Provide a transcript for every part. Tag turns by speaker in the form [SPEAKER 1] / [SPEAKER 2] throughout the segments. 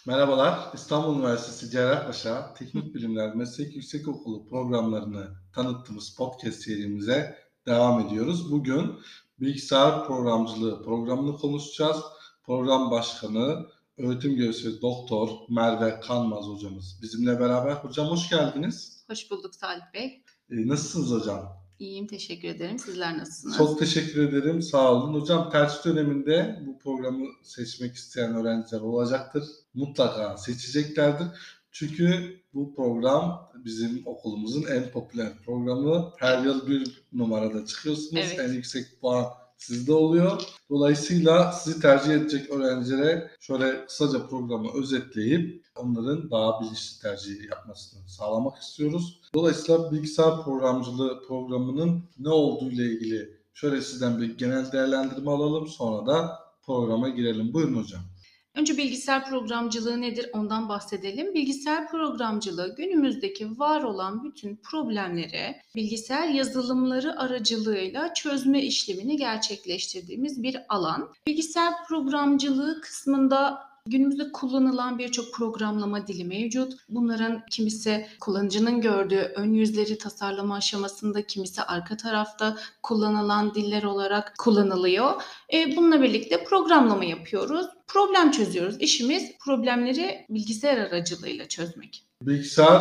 [SPEAKER 1] Merhabalar, İstanbul Üniversitesi Cerrahpaşa Teknik Bilimler Meslek Yüksekokulu programlarını tanıttığımız podcast serimize devam ediyoruz. Bugün bilgisayar programcılığı programını konuşacağız. Program Başkanı, öğretim görevlisi Doktor Merve Kanmaz hocamız bizimle beraber. Hocam hoş geldiniz.
[SPEAKER 2] Hoş bulduk Salih Bey.
[SPEAKER 1] Nasılsınız hocam?
[SPEAKER 2] İyiyim, teşekkür ederim. Sizler nasılsınız?
[SPEAKER 1] Çok teşekkür ederim, sağ olun. Hocam tercih döneminde bu programı seçmek isteyen öğrenciler olacaktır. Mutlaka seçeceklerdir. Çünkü bu program bizim okulumuzun en popüler programı. Her yıl bir numarada çıkıyorsunuz.
[SPEAKER 2] Evet.
[SPEAKER 1] En yüksek puan sizde oluyor. Dolayısıyla sizi tercih edecek öğrencilere şöyle kısaca programı özetleyip onların daha bilinçli tercih yapmasını sağlamak istiyoruz. Dolayısıyla bilgisayar programcılığı programının ne olduğu ile ilgili şöyle sizden bir genel değerlendirme alalım, sonra da programa girelim. Buyurun hocam.
[SPEAKER 2] Önce bilgisayar programcılığı nedir ondan bahsedelim. Bilgisayar programcılığı günümüzdeki var olan bütün problemleri bilgisayar yazılımları aracılığıyla çözme işlemini gerçekleştirdiğimiz bir alan. Bilgisayar programcılığı kısmında günümüzde kullanılan birçok programlama dili mevcut. Bunların kimisi kullanıcının gördüğü ön yüzleri tasarlama aşamasında, kimisi arka tarafta kullanılan diller olarak kullanılıyor. Bununla birlikte programlama yapıyoruz. Problem çözüyoruz. İşimiz problemleri bilgisayar aracılığıyla çözmek.
[SPEAKER 1] Bilgisayar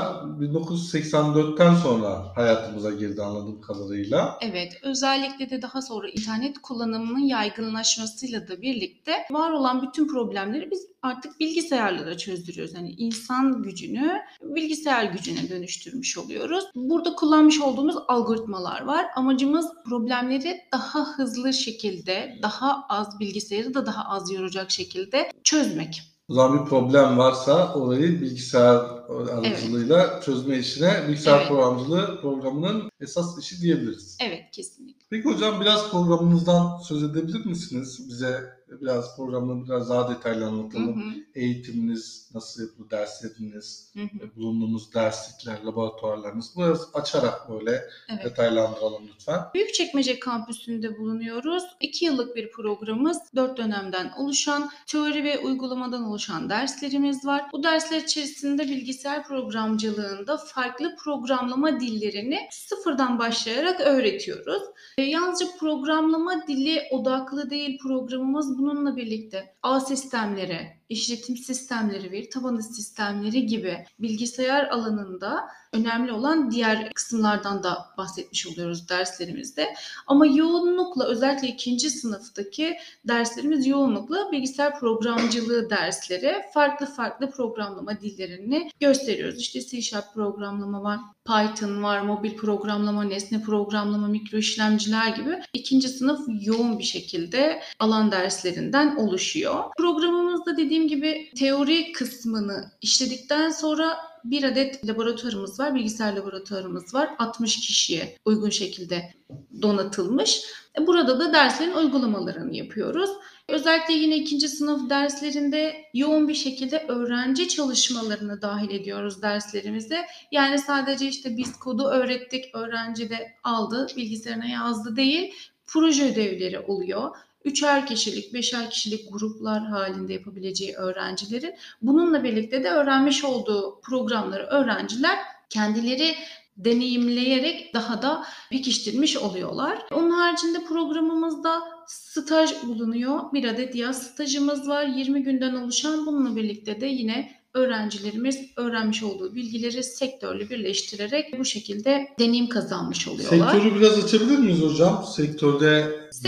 [SPEAKER 1] 1984'ten sonra hayatımıza girdi anladığım kadarıyla.
[SPEAKER 2] Evet, özellikle de daha sonra internet kullanımının yaygınlaşmasıyla da birlikte var olan bütün problemleri biz artık bilgisayarlara çözdürüyoruz. Yani insan gücünü bilgisayar gücüne dönüştürmüş oluyoruz. Burada kullanmış olduğumuz algoritmalar var. Amacımız problemleri daha hızlı şekilde, daha az bilgisayarı da daha az yoracak şekilde çözmek.
[SPEAKER 1] O zaman bir problem varsa orayı bilgisayar aracılığıyla çözme işine bilgisayar programcılığı programının esas işi diyebiliriz.
[SPEAKER 2] Evet, kesinlikle.
[SPEAKER 1] Peki hocam biraz programınızdan söz edebilir misiniz? Bize biraz programı biraz daha detaylı anlatalım. Eğitiminiz nasıl yapılıyor, dersleriniz, bulunduğunuz derslikler, laboratuvarlarınız biraz açarak böyle detaylandıralım lütfen.
[SPEAKER 2] Büyükçekmece kampüsünde bulunuyoruz. 2 yıllık bir programımız, 4 dönemden oluşan, teori ve uygulamadan oluşan derslerimiz var. Bu dersler içerisinde bilgisayar programcılığında farklı programlama dillerini sıfırdan başlayarak öğretiyoruz. Yalnızca programlama dili odaklı değil programımız, bununla birlikte ağ sistemleri, işletim sistemleri, veri tabanı sistemleri gibi bilgisayar alanında önemli olan diğer kısımlardan da bahsetmiş oluyoruz derslerimizde. Ama yoğunlukla özellikle 2. sınıftaki derslerimiz yoğunlukla bilgisayar programcılığı dersleri, farklı programlama dillerini gösteriyoruz. İşte C# programlama var, Python var, mobil programlama, nesne programlama, mikro işlemciler gibi 2. sınıf yoğun bir şekilde alan derslerinden oluşuyor. Programımızda dediğim gibi teori kısmını işledikten sonra bir adet laboratuvarımız var, bilgisayar laboratuvarımız var. 60 kişiye uygun şekilde donatılmış. Burada da derslerin uygulamalarını yapıyoruz. Özellikle yine 2. sınıf derslerinde yoğun bir şekilde öğrenci çalışmalarını dahil ediyoruz derslerimize. Yani sadece işte biz kodu öğrettik, öğrenci de aldı, bilgisayarına yazdı değil, proje ödevleri oluyor. 3'er kişilik, 5'er kişilik gruplar halinde yapabileceği öğrencilerin bununla birlikte de öğrenmiş olduğu programları öğrenciler kendileri deneyimleyerek daha da pekiştirmiş oluyorlar. Onun haricinde programımızda staj bulunuyor. Bir adet yaz stajımız var. 20 günden oluşan, bununla birlikte de yine öğrencilerimiz öğrenmiş olduğu bilgileri sektörle birleştirerek bu şekilde deneyim kazanmış oluyorlar.
[SPEAKER 1] Sektörü biraz açabilir miyiz hocam? Sektörde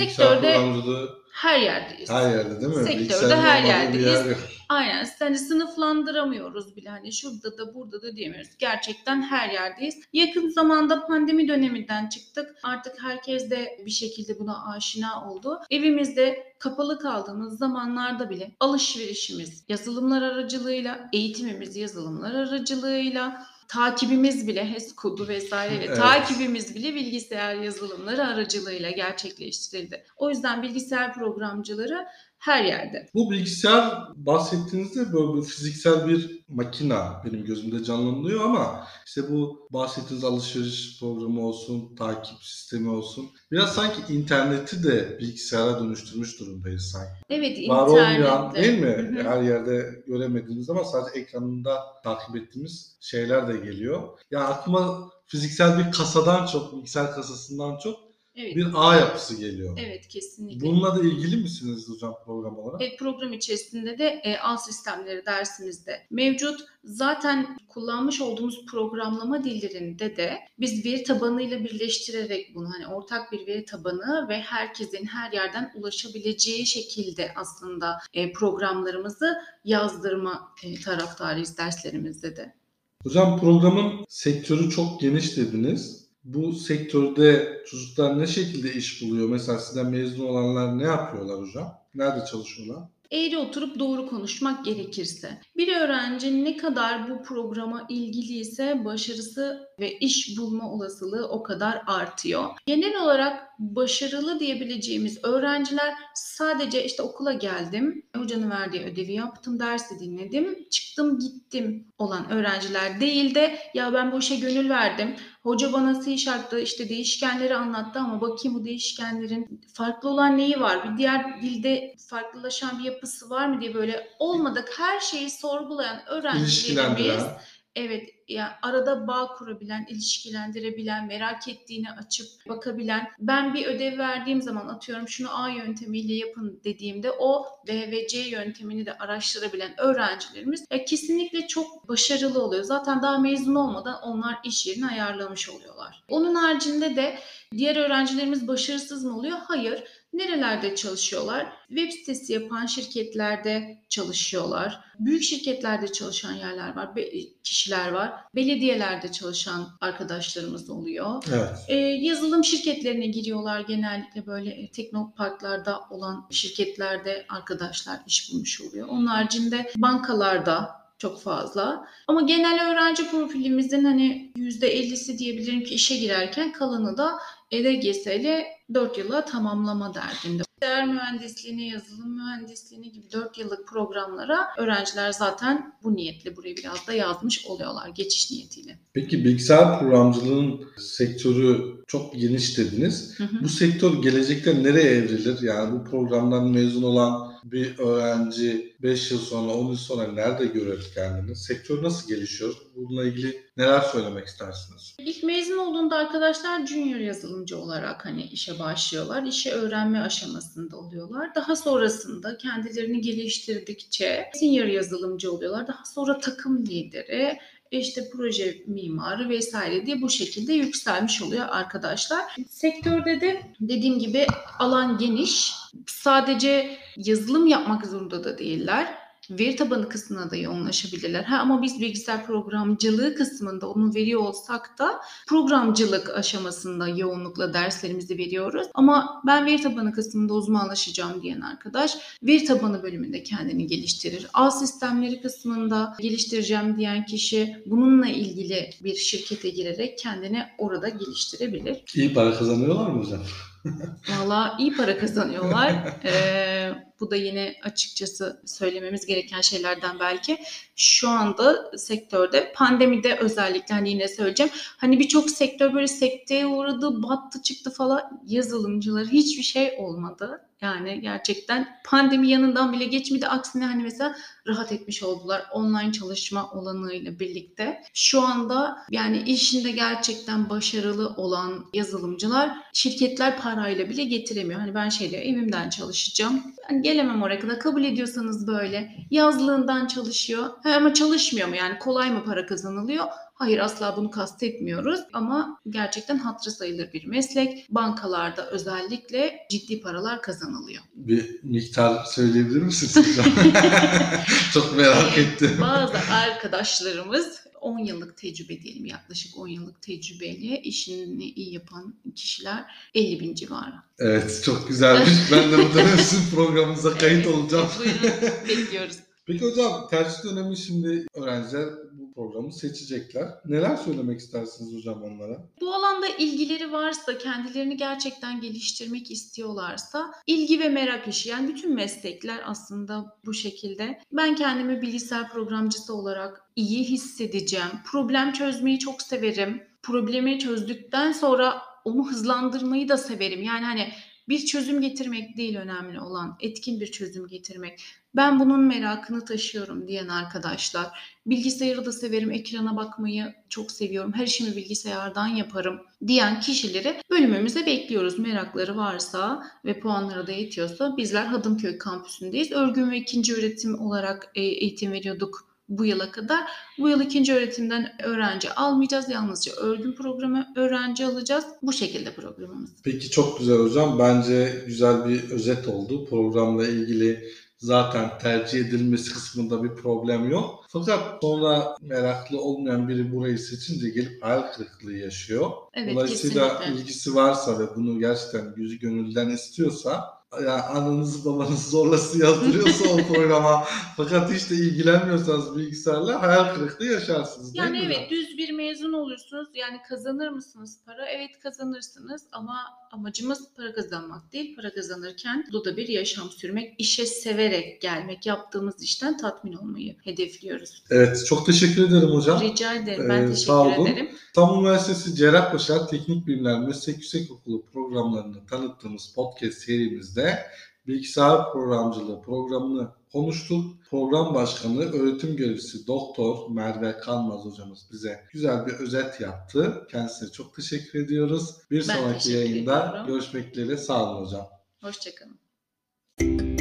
[SPEAKER 2] her yerdeyiz.
[SPEAKER 1] Her yerde değil mi?
[SPEAKER 2] Sektörde her yerdeyiz. Aynen. Hani sınıflandıramıyoruz bile. Hani şurada da burada da diyemiyoruz. Gerçekten her yerdeyiz. Yakın zamanda pandemi döneminden çıktık. Artık herkes de bir şekilde buna aşina oldu. Evimizde kapalı kaldığımız zamanlarda bile alışverişimiz yazılımlar aracılığıyla, eğitimimiz yazılımlar aracılığıyla, takibimiz bile HES kodu vesaire takibimiz bile bilgisayar yazılımları aracılığıyla gerçekleştirildi. O yüzden bilgisayar programcıları her yerde.
[SPEAKER 1] Bu bilgisayar bahsettiğinizde böyle bir fiziksel bir makina benim gözümde canlanıyor ama işte bu bahsettiğiniz alışveriş programı olsun, takip sistemi olsun biraz sanki interneti de bilgisayara dönüştürmüş durumdayız sanki.
[SPEAKER 2] Evet,
[SPEAKER 1] Var olmayan
[SPEAKER 2] internette.
[SPEAKER 1] değil mi?
[SPEAKER 2] Hı hı.
[SPEAKER 1] Her yerde göremediğimiz ama sadece ekranında takip ettiğimiz şeyler de geliyor. Ya aklıma fiziksel bir kasadan çok, bilgisayar kasasından çok
[SPEAKER 2] Evet.
[SPEAKER 1] bir ağ yapısı geliyor.
[SPEAKER 2] Evet, kesinlikle.
[SPEAKER 1] Bununla da ilgili misiniz hocam program olarak?
[SPEAKER 2] Evet, program içerisinde de ağ sistemleri dersimizde mevcut. Zaten kullanmış olduğumuz programlama dillerinde de biz veri tabanıyla birleştirerek bunu hani ortak bir veri tabanı ve herkesin her yerden ulaşabileceği şekilde aslında programlarımızı yazdırma taraftarıyız derslerimizde de.
[SPEAKER 1] Hocam programın sektörü çok geniş dediniz. Bu sektörde çocuklar ne şekilde iş buluyor? Mesela sizden mezun olanlar ne yapıyorlar hocam? Nerede çalışıyorlar?
[SPEAKER 2] Eğri oturup doğru konuşmak gerekirse. Bir öğrenci ne kadar bu programa ilgiliyse başarısı ve iş bulma olasılığı o kadar artıyor. Genel olarak başarılı diyebileceğimiz öğrenciler sadece işte okula geldim, hocanın verdiği ödevi yaptım, dersi dinledim, çıktım gittim olan öğrenciler değil de ya ben bu işe gönül verdim. Hoca bana C# işte değişkenleri anlattı ama bakayım bu değişkenlerin farklı olan neyi var? Bir diğer dilde farklılaşan bir yapısı var mı diye böyle olmadık her şeyi sorgulayan öğrencilerimiz,
[SPEAKER 1] İlişkilendiren.
[SPEAKER 2] evet yani arada bağ kurabilen, ilişkilendirebilen, merak ettiğini açıp bakabilen, ben bir ödev verdiğim zaman atıyorum şunu A yöntemiyle yapın dediğimde o B ve C yöntemini de araştırabilen öğrencilerimiz kesinlikle çok başarılı oluyor. Zaten daha mezun olmadan onlar iş yerini ayarlamış oluyorlar. Onun haricinde de diğer öğrencilerimiz başarısız mı oluyor? Hayır. Nerelerde çalışıyorlar? Web sitesi yapan şirketlerde çalışıyorlar. Büyük şirketlerde çalışan yerler var, kişiler var. Belediyelerde çalışan arkadaşlarımız oluyor.
[SPEAKER 1] Evet.
[SPEAKER 2] Yazılım şirketlerine giriyorlar genellikle böyle teknoparklarda olan şirketlerde arkadaşlar iş bulmuş oluyor. Onun haricinde bankalarda çok fazla. Ama genel öğrenci profilimizin hani %50'si diyebilirim ki işe girerken kalanı da LGS ile 4 yıla tamamlama derdinde. Bilgisayar mühendisliğine, yazılım mühendisliğine gibi 4 yıllık programlara öğrenciler zaten bu niyetle buraya biraz da yazmış oluyorlar geçiş niyetiyle.
[SPEAKER 1] Peki bilgisayar programcılığının sektörü çok geniş dediniz. Bu sektör gelecekte nereye evrilir? Yani bu programdan mezun olan bir öğrenci 5 yıl sonra, 10 yıl sonra nerede görür kendini? Sektör nasıl gelişiyor? Bununla ilgili neler söylemek istersiniz?
[SPEAKER 2] İlk mezun olduğunda arkadaşlar junior yazılımcı olarak hani işe başlıyorlar. İşi öğrenme aşamasında oluyorlar. Daha sonrasında kendilerini geliştirdikçe senior yazılımcı oluyorlar. Daha sonra takım lideri, işte proje mimarı vesaire diye bu şekilde yükselmiş oluyor arkadaşlar. Sektörde de dediğim gibi alan geniş. Sadece yazılım yapmak zorunda da değiller. Veri tabanı kısmına da yoğunlaşabilirler. Ama biz bilgisayar programcılığı kısmında onu veriyor olsak da programcılık aşamasında yoğunlukla derslerimizi veriyoruz. Ama ben veri tabanı kısmında uzmanlaşacağım diyen arkadaş veri tabanı bölümünde kendini geliştirir. Ağ sistemleri kısmında geliştireceğim diyen kişi bununla ilgili bir şirkete girerek kendini orada geliştirebilir.
[SPEAKER 1] İyi para kazanıyorlar mı hocam?
[SPEAKER 2] Valla iyi para kazanıyorlar. Bu da yine açıkçası söylememiz gereken şeylerden belki. Şu anda sektörde pandemide özellikle hani yine söyleyeceğim. Hani birçok sektör böyle sekteye uğradı, battı çıktı falan. Yazılımcılar hiçbir şey olmadı. Yani gerçekten pandemi yanından bile geçmedi. Aksine hani mesela rahat etmiş oldular online çalışma olanıyla birlikte. Şu anda yani işinde gerçekten başarılı olan yazılımcılar şirketler parayla bile getiremiyor. Hani ben evimden çalışacağım. Yani gelemem oraya kadar. Kabul ediyorsanız böyle yazlığından çalışıyor. Ama çalışmıyor mu yani kolay mı para kazanılıyor? Hayır asla bunu kastetmiyoruz ama gerçekten hatırı sayılır bir meslek. Bankalarda özellikle ciddi paralar kazanılıyor.
[SPEAKER 1] Bir miktar söyleyebilir misiniz hocam? Çok merak ettim.
[SPEAKER 2] Bazı arkadaşlarımız 10 yıllık tecrübe diyelim yaklaşık 10 yıllık tecrübeyle işini iyi yapan kişiler 50.000 civarı.
[SPEAKER 1] Evet çok güzelmiş. Ben de bu dönem sizin programınıza kayıt olacağım.
[SPEAKER 2] Buyurun bekliyoruz.
[SPEAKER 1] Peki hocam tercih dönemi şimdi öğrenciler bu programı seçecekler. Neler söylemek istersiniz hocam onlara?
[SPEAKER 2] Bu alanda ilgileri varsa, kendilerini gerçekten geliştirmek istiyorlarsa ilgi ve merak işi. Yani bütün meslekler aslında bu şekilde. Ben kendimi bilgisayar programcısı olarak iyi hissedeceğim. Problem çözmeyi çok severim. Problemi çözdükten sonra onu hızlandırmayı da severim. Yani hani bir çözüm getirmek değil önemli olan, etkin bir çözüm getirmek. Ben bunun merakını taşıyorum diyen arkadaşlar. Bilgisayarı da severim, ekrana bakmayı çok seviyorum. Her işimi bilgisayardan yaparım diyen kişileri bölümümüze bekliyoruz. Merakları varsa ve puanları da yetiyorsa bizler Hadımköy kampüsündeyiz. Örgün ve ikinci öğretim olarak eğitim veriyorduk bu yıla kadar. Bu yıl ikinci öğretimden öğrenci almayacağız. Yalnızca örgün programı öğrenci alacağız. Bu şekilde programımız.
[SPEAKER 1] Peki çok güzel hocam. Bence güzel bir özet oldu. Programla ilgili zaten tercih edilmesi kısmında bir problem yok. Fakat sonra meraklı olmayan biri burayı seçince gelip hayal kırıklığı yaşıyor.
[SPEAKER 2] Evet,
[SPEAKER 1] Dolayısıyla
[SPEAKER 2] kesinlikle.
[SPEAKER 1] ilgisi varsa ve bunu gerçekten yüzü gönülden istiyorsa, yani ananızı babanızı zorlası yazdırıyorsa o programa fakat hiç de ilgilenmiyorsanız bilgisayarla hayal kırıklığı yaşarsınız değil
[SPEAKER 2] Yani
[SPEAKER 1] mi hocam?
[SPEAKER 2] evet, düz bir mezun olursunuz. Yani kazanır mısınız para? Evet, kazanırsınız ama amacımız para kazanmak değil. Para kazanırken bu da bir yaşam sürmek, işe severek gelmek, yaptığımız işten tatmin olmayı hedefliyoruz.
[SPEAKER 1] Evet, çok teşekkür ederim hocam.
[SPEAKER 2] Rica ederim. Ben teşekkür
[SPEAKER 1] Sağ olun.
[SPEAKER 2] ederim.
[SPEAKER 1] İstanbul Üniversitesi Cerrahpaşa Teknik Bilimler Meslek Yüksekokulu programlarını tanıttığımız podcast serimizde bilgisayar programcılığı programını konuştuk. Program başkanı, öğretim görevlisi Doktor Merve Kanmaz hocamız bize güzel bir özet yaptı. Kendisine çok teşekkür ediyoruz. Bir sonraki
[SPEAKER 2] teşekkür
[SPEAKER 1] yayında
[SPEAKER 2] ediyorum.
[SPEAKER 1] görüşmek dileğiyle. Sağ olun hocam.
[SPEAKER 2] Hoşçakalın.